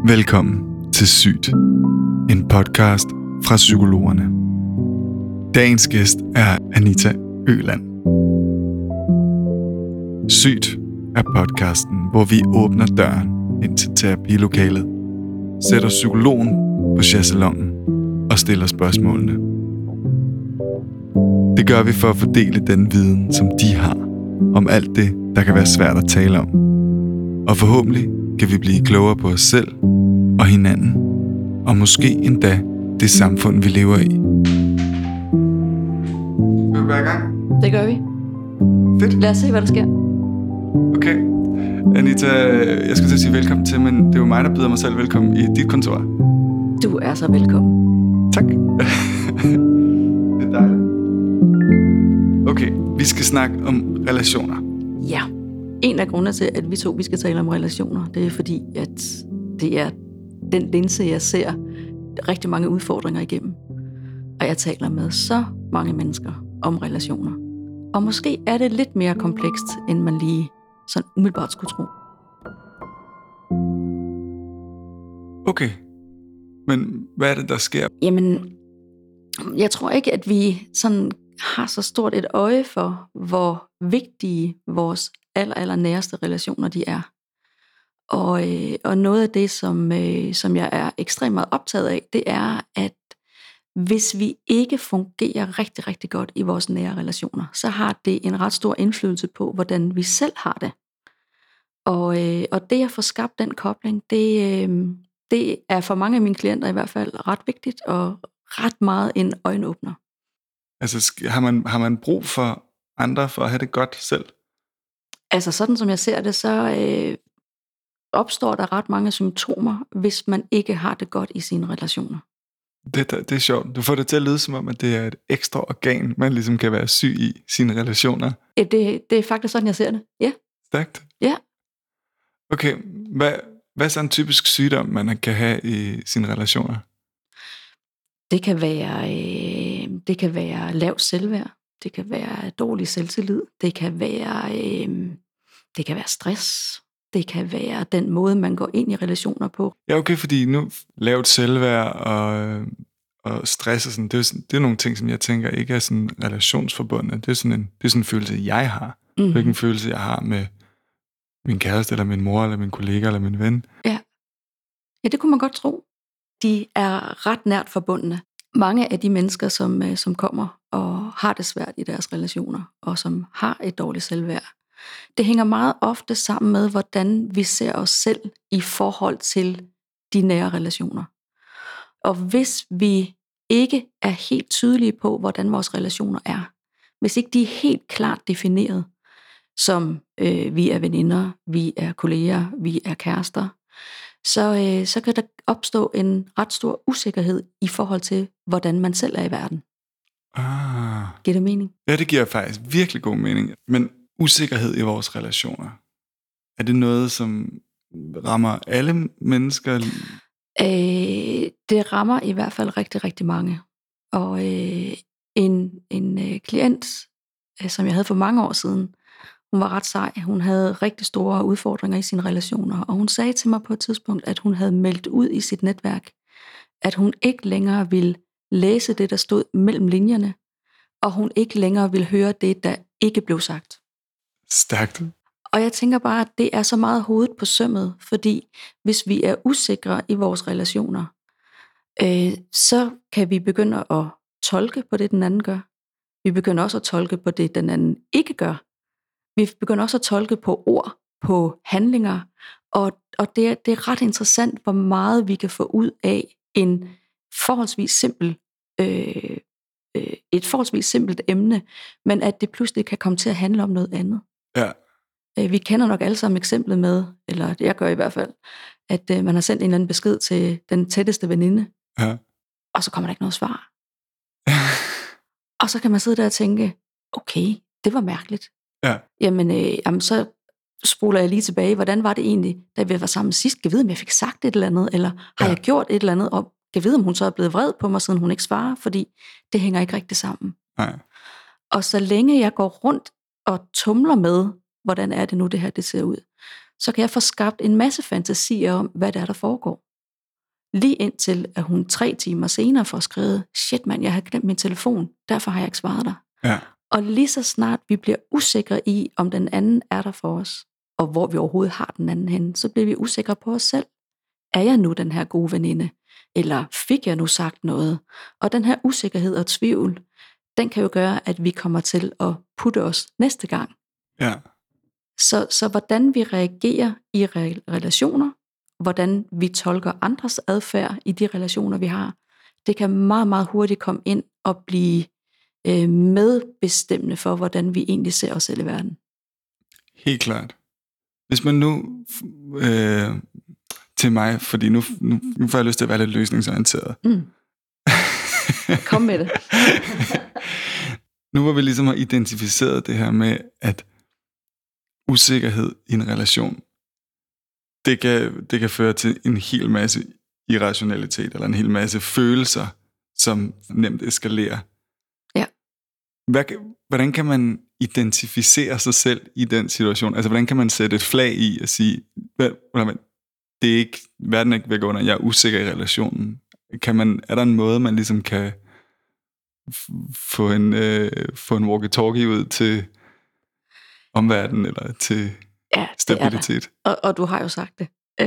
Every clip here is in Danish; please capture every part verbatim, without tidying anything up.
Velkommen til Sygt, en podcast fra Psykologerne. Dagens gæst er Anita Øland. Sygt er podcasten, hvor vi åbner døren ind til terapilokalet, sætter psykologen på chaiselongen og stiller spørgsmålene. Det gør vi for at fordele den viden, som de har, om alt det, der kan være svært at tale om. Og forhåbentlig kan vi blive klogere på os selv og hinanden, og måske endda det samfund, vi lever i. Skal vi være i gang? Det gør vi. Fedt. Lad os se, hvad der sker. Okay. Anita, jeg skal til at sige velkommen til, men det er jo mig, der byder mig selv velkommen i dit kontor. Du er så velkommen. Tak. Det er dejligt. Okay, vi skal snakke om relationer. Ja. En af grundene til, at vi to vi skal tale om relationer, det er fordi, at det er den linse, jeg ser rigtig mange udfordringer igennem. Og jeg taler med så mange mennesker om relationer. Og måske er det lidt mere komplekst, end man lige sådan umiddelbart skulle tro. Okay. Men hvad er det, der sker? Jamen, jeg tror ikke, at vi sådan har så stort et øje for, hvor vigtige vores aller, aller næreste relationer de er. Og, øh, og noget af det, som, øh, som jeg er ekstremt meget optaget af, det er, at hvis vi ikke fungerer rigtig, rigtig godt i vores nære relationer, så har det en ret stor indflydelse på, hvordan vi selv har det. Og, øh, og det at få skabt den kobling, det, øh, det er for mange af mine klienter i hvert fald ret vigtigt, og ret meget en øjenåbner. Altså, har man, har man brug for andre for at have det godt selv? Altså sådan som jeg ser det, så øh, opstår der ret mange symptomer, hvis man ikke har det godt i sine relationer. Det, det er sjovt. Du får det til at lyde som om, at det er et ekstra organ, man ligesom kan være syg i sine relationer. Ja, det, det er faktisk sådan, jeg ser det. Ja. Stærkt. Ja. Okay, hvad, hvad er så en typisk sygdom, man kan have i sine relationer? Det kan være, øh, det kan være lavt selvværd. Det kan være dårlig selvtillid. Det kan være, øh, det kan være stress. Det kan være den måde, man går ind i relationer på. Ja, okay, fordi nu lavt selvværd og, og stress og sådan, det er, sådan, det er nogle ting, som jeg tænker ikke er sådan relationsforbundet. Det er sådan en, det er sådan en følelse, jeg har. Mm-hmm. Det er ikke en følelse, jeg har med min kæreste, eller min mor, eller min kollega, eller min ven. Ja, ja det kunne man godt tro. De er ret nært forbundne. Mange af de mennesker, som, som kommer og har det svært i deres relationer, og som har et dårligt selvværd, det hænger meget ofte sammen med, hvordan vi ser os selv i forhold til de nære relationer. Og hvis vi ikke er helt tydelige på, hvordan vores relationer er, hvis ikke de er helt klart defineret, som øh, vi er veninder, vi er kolleger, vi er kærester, så, øh, så kan der opstå en ret stor usikkerhed i forhold til, hvordan man selv er i verden. Ah. Giver det mening? Ja, det giver faktisk virkelig god mening. Men usikkerhed i vores relationer, er det noget, som rammer alle mennesker? Øh, det rammer i hvert fald rigtig, rigtig mange. Og øh, en, en øh, klient, øh, som jeg havde for mange år siden, hun var ret sej. Hun havde rigtig store udfordringer i sine relationer, og hun sagde til mig på et tidspunkt, at hun havde meldt ud i sit netværk, at hun ikke længere ville læse det, der stod mellem linjerne, og hun ikke længere ville høre det, der ikke blev sagt. Stærkt. Og jeg tænker bare, at det er så meget hovedet på sømmet, fordi hvis vi er usikre i vores relationer, øh, så kan vi begynde at tolke på det, den anden gør. Vi begynder også at tolke på det, den anden ikke gør. Vi begynder også at tolke på ord, på handlinger, og, og det, er, det er ret interessant, hvor meget vi kan få ud af en forholdsvis simpel, øh, øh, et forholdsvis simpelt emne, men at det pludselig kan komme til at handle om noget andet. Ja. Øh, vi kender nok alle sammen eksemplet med, eller jeg gør i hvert fald, at øh, man har sendt en eller anden besked til den tætteste veninde, Ja. og så kommer der ikke noget svar. Og så kan man sidde der og tænke, okay, det var mærkeligt. Ja. Jamen, øh, jamen, så spoler jeg lige tilbage. Hvordan var det egentlig, da vi var sammen sidst? Kan jeg vide, om jeg fik sagt et eller andet? Eller har ja. jeg gjort et eller andet? Og kan jeg vide, om hun så er blevet vred på mig, siden hun ikke svarer? Fordi det hænger ikke rigtig sammen. Nej. Og så længe jeg går rundt og tumler med, hvordan er det nu, det her det ser ud, så kan jeg få skabt en masse fantasier om, hvad det er, der foregår. Lige indtil, at hun tre timer senere får skrevet, shit mand, jeg har glemt min telefon, derfor har jeg ikke svaret dig. Ja. Og lige så snart vi bliver usikre i, om den anden er der for os, og hvor vi overhovedet har den anden henne, så bliver vi usikre på os selv. Er jeg nu den her gode veninde? Eller fik jeg nu sagt noget? Og den her usikkerhed og tvivl, den kan jo gøre, at vi kommer til at putte os næste gang. Ja. Så, så hvordan vi reagerer i re- relationer, hvordan vi tolker andres adfærd i de relationer, vi har, det kan meget, meget hurtigt komme ind og blive øh, medbestemmende for, hvordan vi egentlig ser os selv i verden. Helt klart. Hvis man nu øh, til mig, fordi nu, nu, nu får jeg lyst til at være lidt løsningsorienteret. Mm. Kom med det. Nu hvor vi ligesom har identificeret det her med, at usikkerhed i en relation, det kan, det kan føre til en hel masse irrationalitet, eller en hel masse følelser, som nemt eskalerer. Ja. Hvad, hvordan kan man identificere sig selv i den situation? Altså, hvordan kan man sætte et flag i og sige, det er ikke, verden er ikke ved at gå under, jeg er usikker i relationen. Kan man, er der en måde, man ligesom kan få en, øh, få en walkie-talkie ud til omverdenen, eller til ja, stabilitet? Og, og du har jo sagt det. Øh,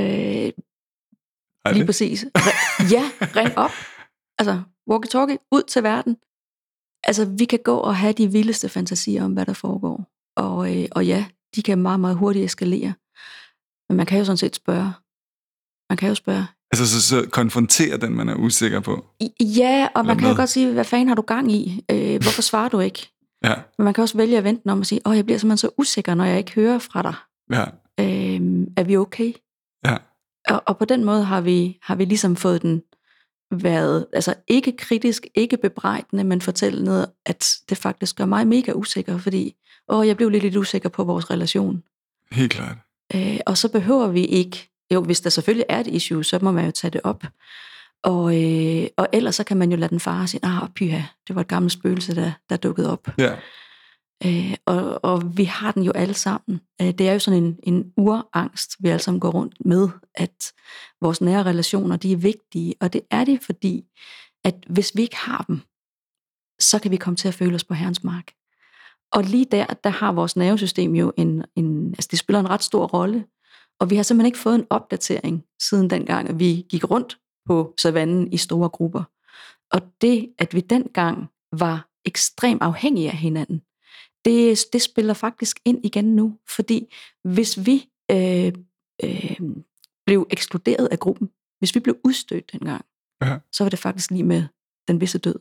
lige det? præcis. Re- ja, ring op. Altså, walkie-talkie ud til verden. Altså, vi kan gå og have de vildeste fantasier om, hvad der foregår. Og, øh, og ja, de kan meget, meget hurtigt eskalere. Men man kan jo sådan set spørge. Man kan jo spørge. Altså, så, så konfrontere den, man er usikker på? Ja, og man kan jo godt sige, hvad fanden har du gang i? Øh, hvorfor svarer du ikke? Ja. Men man kan også vælge at vente om og sige, åh, jeg bliver simpelthen så usikker, når jeg ikke hører fra dig. Ja. Øh, er vi okay? Ja. Og, og på den måde har vi, har vi ligesom fået den været, altså ikke kritisk, ikke bebrejdende, men fortællende, at det faktisk gør mig mega usikker, fordi åh, jeg blev lidt, lidt usikker på vores relation. Helt klart. Øh, og så behøver vi ikke, jo, hvis der selvfølgelig er et issue, så må man jo tage det op. Og, øh, og ellers så kan man jo lade den fare og sige, ah, pyha, det var et gammelt spøgelse, der, der dukkede op. Ja. Øh, og, og vi har den jo alle sammen. Øh, det er jo sådan en, en urangst, vi alle sammen går rundt med, at vores nære relationer, de er vigtige, og det er det, fordi at hvis vi ikke har dem, så kan vi komme til at føle os på Herrens mark. Og lige der, der har vores nervesystem jo en, en, altså det spiller en ret stor rolle, og vi har simpelthen ikke fået en opdatering siden dengang, at vi gik rundt på savannen i store grupper. Og det, at vi dengang var ekstremt afhængige af hinanden, det, det spiller faktisk ind igen nu, fordi hvis vi øh, øh, blev ekskluderet af gruppen, hvis vi blev udstødt dengang, ja. så var det faktisk lige med den visse død.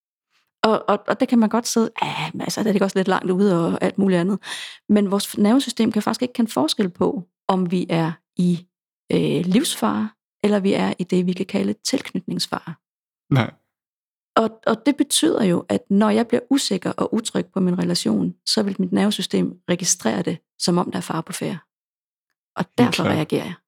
Og, og, og det kan man godt sidde, ah, altså, det er det også lidt langt ude og alt muligt andet. Men vores nervesystem kan faktisk ikke kende forskel på, om vi er i øh, livsfare, eller vi er i det, vi kan kalde tilknytningsfare. Nej. Og, og det betyder jo, at når jeg bliver usikker og utryg på min relation, så vil mit nervesystem registrere det, som om der er fare på færde. Og derfor reagerer jeg.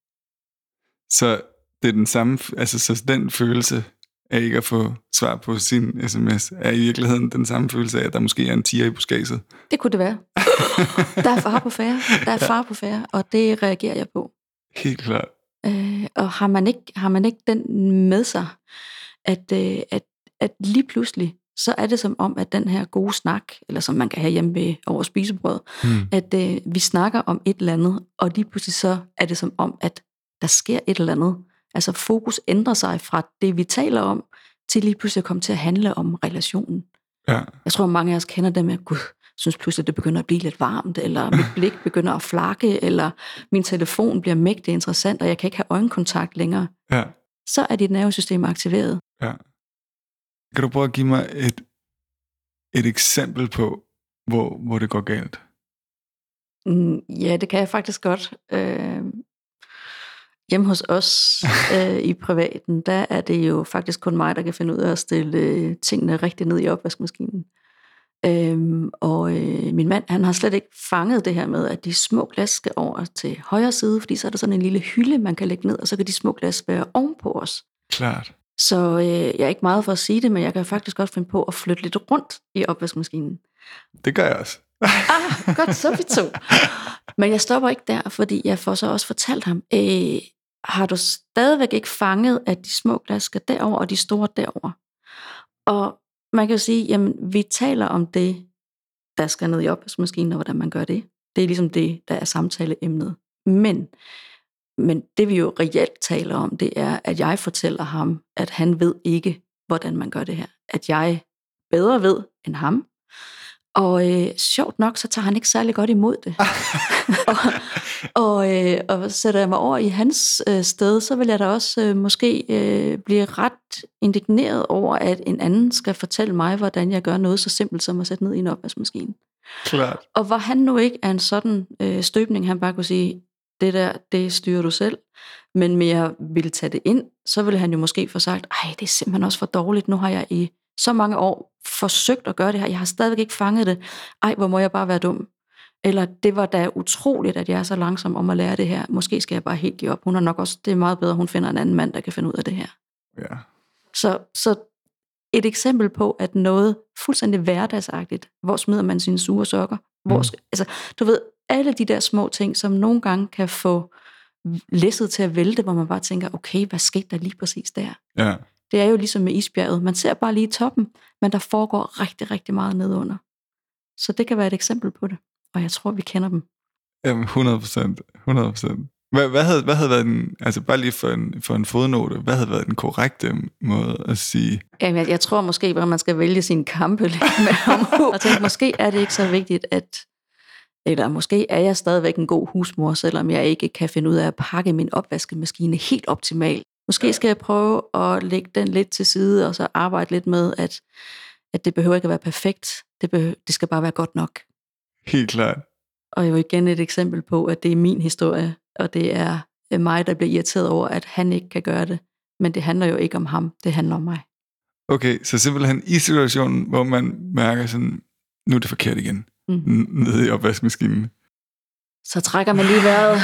Så det er den samme, altså så den følelse af ikke at få svar på sin sms, er i virkeligheden den samme følelse af, at der måske er en tiger i buskadset? Det kunne det være. Der er fare på færde, der er fare på færde, og det reagerer jeg på. Helt klart. Øh, og har man, ikke, har man ikke den med sig, at, øh, at, at lige pludselig, så er det som om, at den her gode snak, eller som man kan have hjemme ved over spisebrød, hmm. at øh, vi snakker om et eller andet, og lige pludselig så er det som om, at der sker et eller andet. Altså fokus ændrer sig fra det, vi taler om, til lige pludselig at komme til at handle om relationen. Ja. Jeg tror, mange af os kender det med, gud, synes pludselig, det begynder at blive lidt varmt, eller mit blik begynder at flakke, eller min telefon bliver mægtig interessant, og jeg kan ikke have øjenkontakt længere. Ja. Så er dit nervesystem aktiveret. Ja. Kan du prøve at give mig et, et eksempel på, hvor, hvor det går galt? Mm, ja, det kan jeg faktisk godt. Øh, hjemme hos os øh, i privaten, der er det jo faktisk kun mig, der kan finde ud af at stille øh, tingene rigtig ned i opvaskemaskinen. Øhm, og øh, min mand, han har slet ikke fanget det her med, at de små glas skal over til højre side, fordi så er der sådan en lille hylde, man kan lægge ned, og så kan de små glas være ovenpå os. Klart. Så øh, jeg er ikke meget for at sige det, men jeg kan faktisk godt finde på at flytte lidt rundt i opvaskemaskinen. Det gør jeg også. ah, godt, så vi to. Men jeg stopper ikke der, fordi jeg får så også fortalt ham, øh, har du stadigvæk ikke fanget, at de små glas skal derover og de store derover. Og man kan jo sige, jamen vi taler om det, der skal ned i opvaskemaskinen, og hvordan man gør det. Det er ligesom det, der er samtaleemnet. Men, men det vi jo reelt taler om, det er, at jeg fortæller ham, at han ved ikke, hvordan man gør det her. At jeg bedre ved end ham. Og øh, sjovt nok, så tager han ikke særlig godt imod det. og, og, øh, og sætter jeg mig over i hans øh, sted, så vil jeg da også øh, måske øh, blive ret indigneret over, at en anden skal fortælle mig, hvordan jeg gør noget så simpelt som at sætte ned i en opvaskemaskine. Klart. Og hvor han nu ikke er en sådan øh, støbning, han bare kunne sige, det der, det styrer du selv, men mere ville tage det ind, så ville han jo måske få sagt, ej, det er simpelthen også for dårligt, nu har jeg i så mange år forsøgt at gøre det her, jeg har stadigvæk ikke fanget det, ej, hvor må jeg bare være dum. Eller det var da utroligt, at jeg er så langsom om at lære det her, måske skal jeg bare helt give op, hun har nok også, det er meget bedre, hun finder en anden mand, der kan finde ud af det her. Ja. Så, så et eksempel på, at noget fuldstændig hverdagsagtigt, hvor smider man sine sure sokker, hvor, mm. altså, du ved, alle de der små ting, som nogle gange kan få læsset til at vælte, hvor man bare tænker, okay, hvad skete der lige præcis der? Ja. Det er jo ligesom med isbjerget. Man ser bare lige toppen, men der foregår rigtig, rigtig meget nedunder. Så det kan være et eksempel på det. Og jeg tror, vi kender dem. Jamen, hundrede procent. hundrede procent. Hvad, hvad, havde, hvad havde været den, altså bare lige for en, for en fodnote, hvad havde været den korrekte måde at sige? Jamen, jeg, jeg tror måske, at man skal vælge sin kampe lidt med ham. Og tænke, måske er det ikke så vigtigt, at eller måske er jeg stadigvæk en god husmor, selvom jeg ikke kan finde ud af at pakke min opvaskemaskine helt optimalt. Måske skal jeg prøve at lægge den lidt til side, og så arbejde lidt med, at, at det behøver ikke at være perfekt. Det, behøver, det skal bare være godt nok. Helt klart. Og jo igen et eksempel på, at det er min historie, og det er mig, der bliver irriteret over, at han ikke kan gøre det. Men det handler jo ikke om ham, det handler om mig. Okay, så simpelthen i situationen, hvor man mærker sådan, nu er det forkert igen, mm. nede i opvaskemaskinen. Så trækker man lige vejret,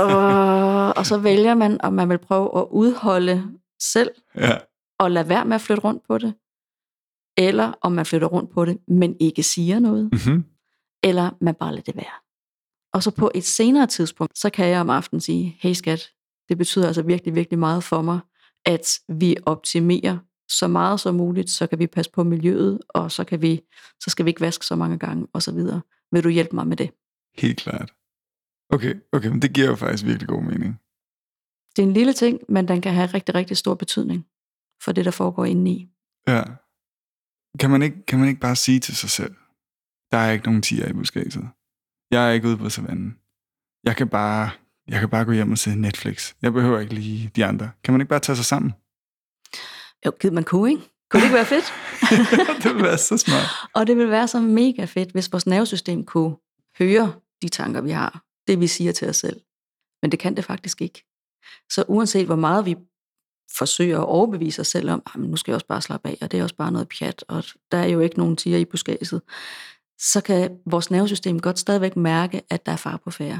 og, og så vælger man, om man vil prøve at udholde selv, ja. og lade være med at flytte rundt på det. Eller om man flytter rundt på det, men ikke siger noget. Mm-hmm. Eller man bare lader det være. Og så på et senere tidspunkt, så kan jeg om aftenen sige, hey skat, det betyder altså virkelig, virkelig meget for mig, at vi optimerer så meget som muligt, så kan vi passe på miljøet, og så, kan vi, så skal vi ikke vaske så mange gange, og så videre. Vil du hjælpe mig med det? Helt klart. Okay, okay, men det giver jo faktisk virkelig god mening. Det er en lille ting, men den kan have rigtig, rigtig stor betydning for det, der foregår indeni. Ja. Kan man ikke, kan man ikke bare sige til sig selv, der er ikke nogen tiger i buskadset. Jeg er ikke ude på savannen. Jeg kan bare, jeg kan bare gå hjem og se Netflix. Jeg behøver ikke lige de andre. Kan man ikke bare tage sig sammen? Jo, gid man kunne, ikke? Kunne det ikke være fedt? Det ville være så smart. Og det ville være så mega fedt, hvis vores nervesystem kunne høre de tanker, vi har. Det, vi siger til os selv. Men det kan det faktisk ikke. Så uanset hvor meget vi forsøger at overbevise os selv om, at nu skal jeg også bare slappe af, og det er også bare noget pjat, og der er jo ikke nogen tiger i buskadset, så kan vores nervesystem godt stadigvæk mærke, at der er fare på færde.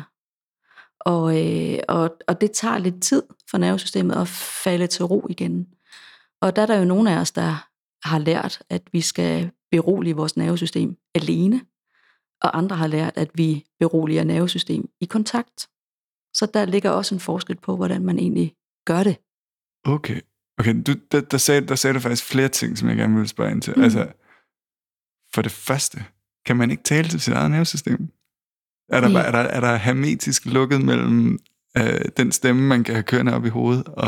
Og, øh, og, og det tager lidt tid for nervesystemet at falde til ro igen. Og der er der jo nogle af os, der har lært, at vi skal berolige vores nervesystem alene, og andre har lært, at vi beroliger nervesystem i kontakt. Så der ligger også en forskel på, hvordan man egentlig gør det. Okay, okay. Du, der, der, sagde, der sagde du faktisk flere ting, som jeg gerne ville spørge ind til. Mm. Altså, for det første, kan man ikke tale til sit eget nervesystem? Er der, Nej. er der, er der hermetisk lukket mellem øh, den stemme, man kan have kørende op i hovedet, og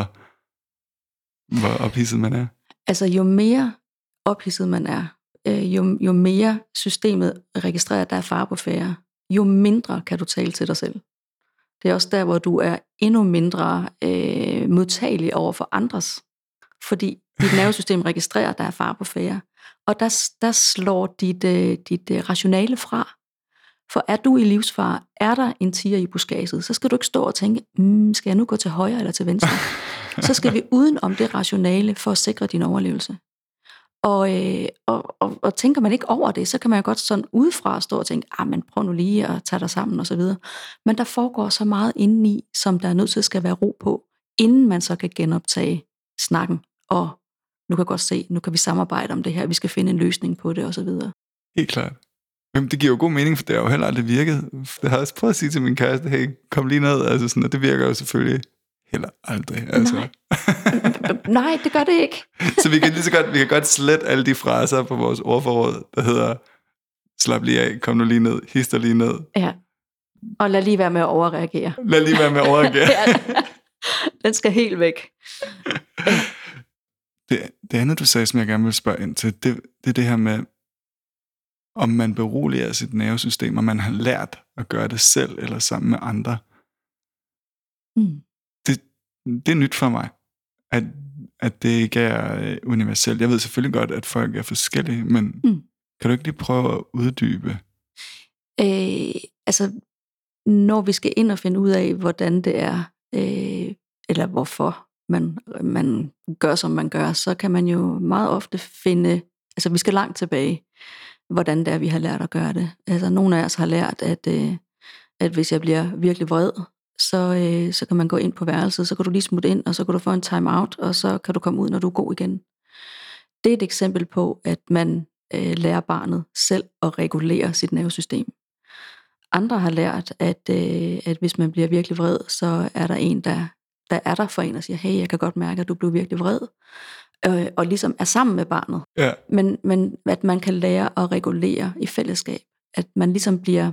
hvor ophidset man er? Altså, jo mere ophidset man er, øh, jo, jo mere systemet registrerer, at der er fare på færde, jo mindre kan du tale til dig selv. Det er også der, hvor du er endnu mindre øh, modtagelig over for andres. Fordi dit nervesystem registrerer, at der er fare på færde. Og der, der slår dit, øh, dit øh, rationale fra. For er du i livsfare, er der en tiger i buskadset, så skal du ikke stå og tænke, mm, skal jeg nu gå til højre eller til venstre? Så skal vi uden om det rationale for at sikre din overlevelse. Og, øh, og, og, og tænker man ikke over det, så kan man jo godt sådan udefra stå og tænke, ah, men prøv nu lige at tage dig sammen og så videre. Men der foregår så meget indeni, som der er nødt til at skal være ro på, inden man så kan genoptage snakken. Og nu kan jeg godt se, nu kan vi samarbejde om det her, vi skal finde en løsning på det og så videre. Helt klart. Men det giver jo god mening, for det har jo heller aldrig virket. Det har jeg også prøvet at sige til min kæreste, hey, kom lige ned, altså sådan, og det virker jo selvfølgelig heller aldrig. Altså. Nej. Nej, det gør det ikke. Så vi kan lige så godt, vi kan godt slette alle de fraser på vores ordforråd, der hedder, slap lige af, kom nu lige ned, hister lige ned. Ja, og lad lige være med at overreagere. Lad lige være med at overreagere. Ja, den skal helt væk. Ja. Det, det andet, du sagde, som jeg gerne vil spørge ind til, det, det er det her med, om man beroliger sit nervesystem, og man har lært at gøre det selv, eller sammen med andre. Mm. Det, det er nyt for mig, at, at det ikke er øh, universelt. Jeg ved selvfølgelig godt, at folk er forskellige, men mm. kan du ikke lige prøve at uddybe? Øh, altså, når vi skal ind og finde ud af, hvordan det er, øh, eller hvorfor man, man gør, som man gør, så kan man jo meget ofte finde, altså vi skal langt tilbage, hvordan det er, vi har lært at gøre det. Altså, nogle af os har lært, at, øh, at hvis jeg bliver virkelig vred, så, øh, så kan man gå ind på værelset, så kan du lige smutte ind, og så kan du få en time-out, og så kan du komme ud, når du er god igen. Det er et eksempel på, at man øh, lærer barnet selv at regulere sit nervesystem. Andre har lært, at, øh, at hvis man bliver virkelig vred, så er der en, der, der er der for en og siger, hey, jeg kan godt mærke, at du blev virkelig vred, øh, og ligesom er sammen med barnet. Ja. Men, men at man kan lære at regulere i fællesskab. At man ligesom bliver,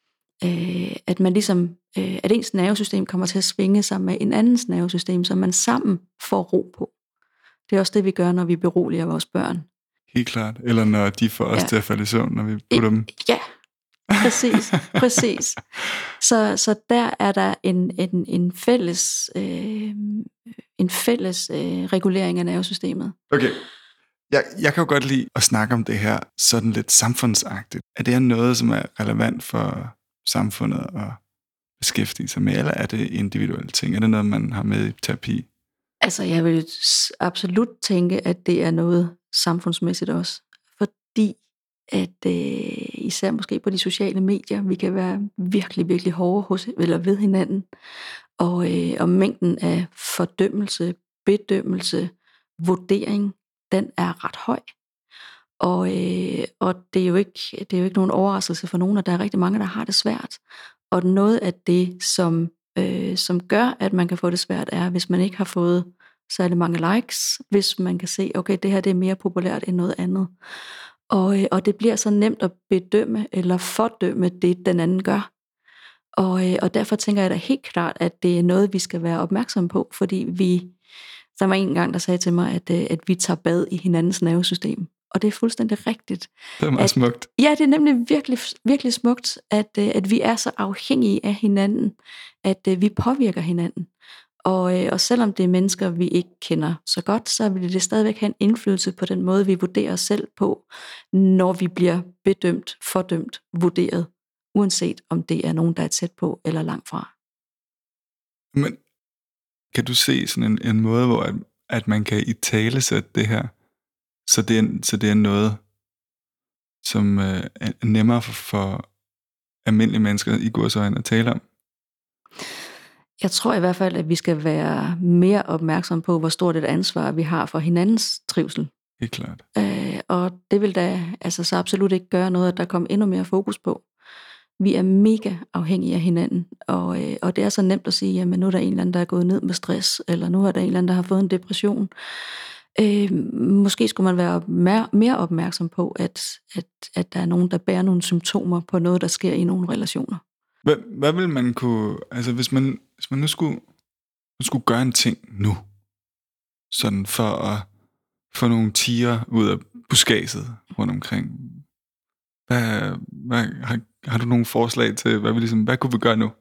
øh, at man ligesom, øh, at ens nervesystem kommer til at svinge sig med en andens nervesystem, så man sammen får ro på. Det er også det, vi gør, når vi beroliger vores børn. Helt klart. Eller når de får os ja. til at falde i søvn, når vi putter dem. Ja, præcis. præcis. Så, så der er der en, en, en fælles, øh, en fælles øh, regulering af nervesystemet. Okay. Jeg, jeg kan jo godt lide at snakke om det her sådan lidt samfundsagtigt. Er det noget, som er relevant for samfundet at beskæftige sig med, eller er det individuelle ting? Er det noget, man har med i terapi? Altså, jeg vil absolut tænke, at det er noget samfundsmæssigt også. Fordi at øh, især måske på de sociale medier, vi kan være virkelig, virkelig hårde hos, eller ved hinanden. Og, øh, og mængden af fordømmelse, bedømmelse, vurdering, den er ret høj. Og, øh, og det, er jo ikke, det er jo ikke nogen overraskelse for nogen, at der er rigtig mange, der har det svært. Og noget af det, som, øh, som gør, at man kan få det svært, er, hvis man ikke har fået særlig mange likes, hvis man kan se, okay, det her det er mere populært end noget andet. Og, øh, og det bliver så nemt at bedømme eller fordømme det, den anden gør. Og, øh, og derfor tænker jeg da helt klart, at det er noget, vi skal være opmærksomme på, fordi vi, der var en gang, der sagde til mig, at, øh, at vi tager bad i hinandens nervesystem. Og det er fuldstændig rigtigt. Det er meget at, smukt. Ja, det er nemlig virkelig, virkelig smukt, at, øh, at vi er så afhængige af hinanden, at øh, vi påvirker hinanden. Og, øh, og selvom det er mennesker, vi ikke kender så godt, så vil det stadigvæk have en indflydelse på den måde, vi vurderer os selv på, når vi bliver bedømt, fordømt, vurderet, uanset om det er nogen, der er tæt på eller langt fra. Men kan du se sådan en, en måde, hvor at, at man kan italesætte det her, så det er, så det er noget, som øh, er nemmere for, for almindelige mennesker i gåseøjne at tale om? Jeg tror i hvert fald, at vi skal være mere opmærksom på, hvor stort et ansvar vi har for hinandens trivsel. Helt klart. Øh, og det vil da altså, så absolut ikke gøre noget, at der kommer endnu mere fokus på. Vi er mega afhængige af hinanden, og, øh, og det er så nemt at sige, jamen nu er der en eller anden, der er gået ned med stress, eller nu er der en eller anden, der har fået en depression. Øh, måske skulle man være mere, mere opmærksom på, at, at, at der er nogen, der bærer nogle symptomer på noget, der sker i nogle relationer. Hvad, hvad vil man kunne, altså hvis man, hvis man nu skulle, nu skulle gøre en ting nu, sådan for at få nogle tiger ud af buskadset rundt omkring, hvad, hvad, har, har du nogle forslag til, hvad, vi ligesom, hvad kunne vi gøre nu?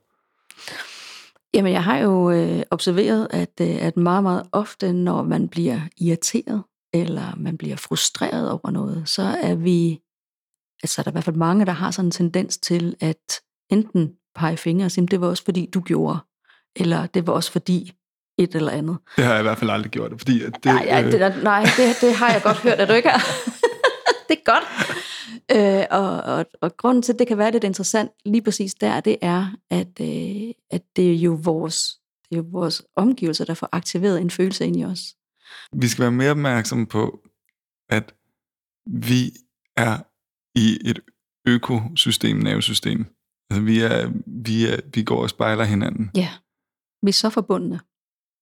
Jamen, jeg har jo øh, observeret, at, øh, at meget, meget ofte, når man bliver irriteret, eller man bliver frustreret over noget, så er vi, altså der er i hvert fald mange, der har sådan en tendens til, at enten pege fingre og sige, det var også fordi, du gjorde, eller det var også fordi et eller andet. Det har jeg i hvert fald aldrig gjort, fordi at det... Nej, ja, det, nej det, det har jeg godt hørt, at du ikke har. Det er godt. Øh, og, og, og grunden til, at det kan være lidt interessant lige præcis der, det er, at, øh, at det er jo vores, det er jo vores omgivelser, der får aktiveret en følelse ind i os. Vi skal være mere opmærksomme på, at vi er i et økosystem, nervesystem. Altså vi, er, vi, er, vi går og spejler hinanden. Ja, vi er så forbundne.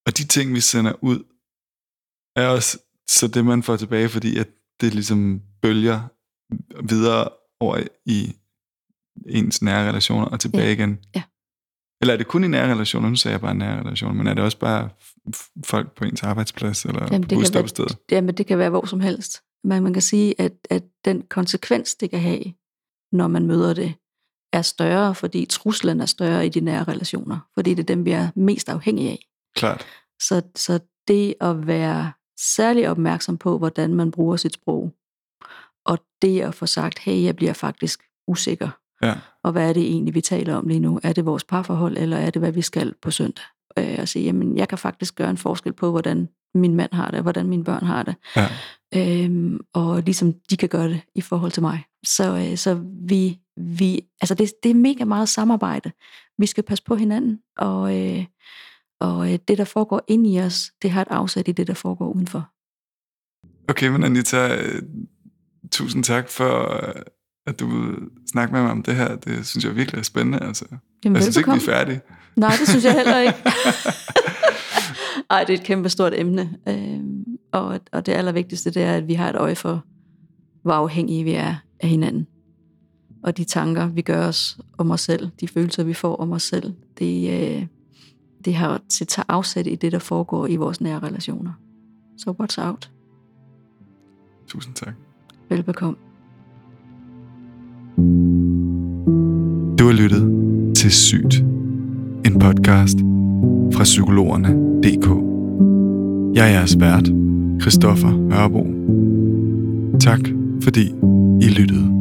Og de ting, vi sender ud, er også så det, man får tilbage, fordi at det ligesom bølger videre over i ens nære relationer og tilbage Ja. igen. Ja. Eller er det kun i nære relationer? Nu sagde jeg bare nære relationer, men er det også bare f- folk på ens arbejdsplads eller Jamen, på det busstoppestedet? Jamen, det kan være hvor som helst. Men man kan sige, at, at den konsekvens, det kan have, når man møder det, er større, fordi truslen er større i de nære relationer. Fordi det er dem, vi er mest afhængige af. Klart. Så, så det at være særlig opmærksom på, hvordan man bruger sit sprog, og det at få sagt, hey, jeg bliver faktisk usikker. Ja. Og hvad er det egentlig, vi taler om lige nu? Er det vores parforhold, eller er det, hvad vi skal på søndag? Øh, og sige, jamen, jeg kan faktisk gøre en forskel på, hvordan min mand har det, hvordan mine børn har det. Ja. Øhm, og ligesom de kan gøre det i forhold til mig. Så, øh, så vi, vi, altså det, det er mega meget samarbejde. Vi skal passe på hinanden, og, øh, og øh, det, der foregår inde i os, det har et afsæt i det, der foregår udenfor. Okay, men Anita, øh, tusind tak for, øh, at du vil snakke med mig om det her. Det synes jeg virkelig er spændende. Altså. Jamen, jeg synes ikke, vi velbekomme. er færdige. Nej, det synes jeg heller ikke. Ej, det er et kæmpe stort emne. Øhm, og, og det allervigtigste, det er, at vi har et øje for, hvor afhængige vi er af hinanden. Og de tanker, vi gør os om os selv, de følelser, vi får om os selv, det, øh, det har til tage afsæt i det, der foregår i vores nære relationer. Så what's out? Tusind tak. Velbekomme. Du har lyttet til Sygt, en podcast fra psykologerne punktum d k. Jeg er jeres vært, Christoffer Hørbo. Tak fordi I lyttede.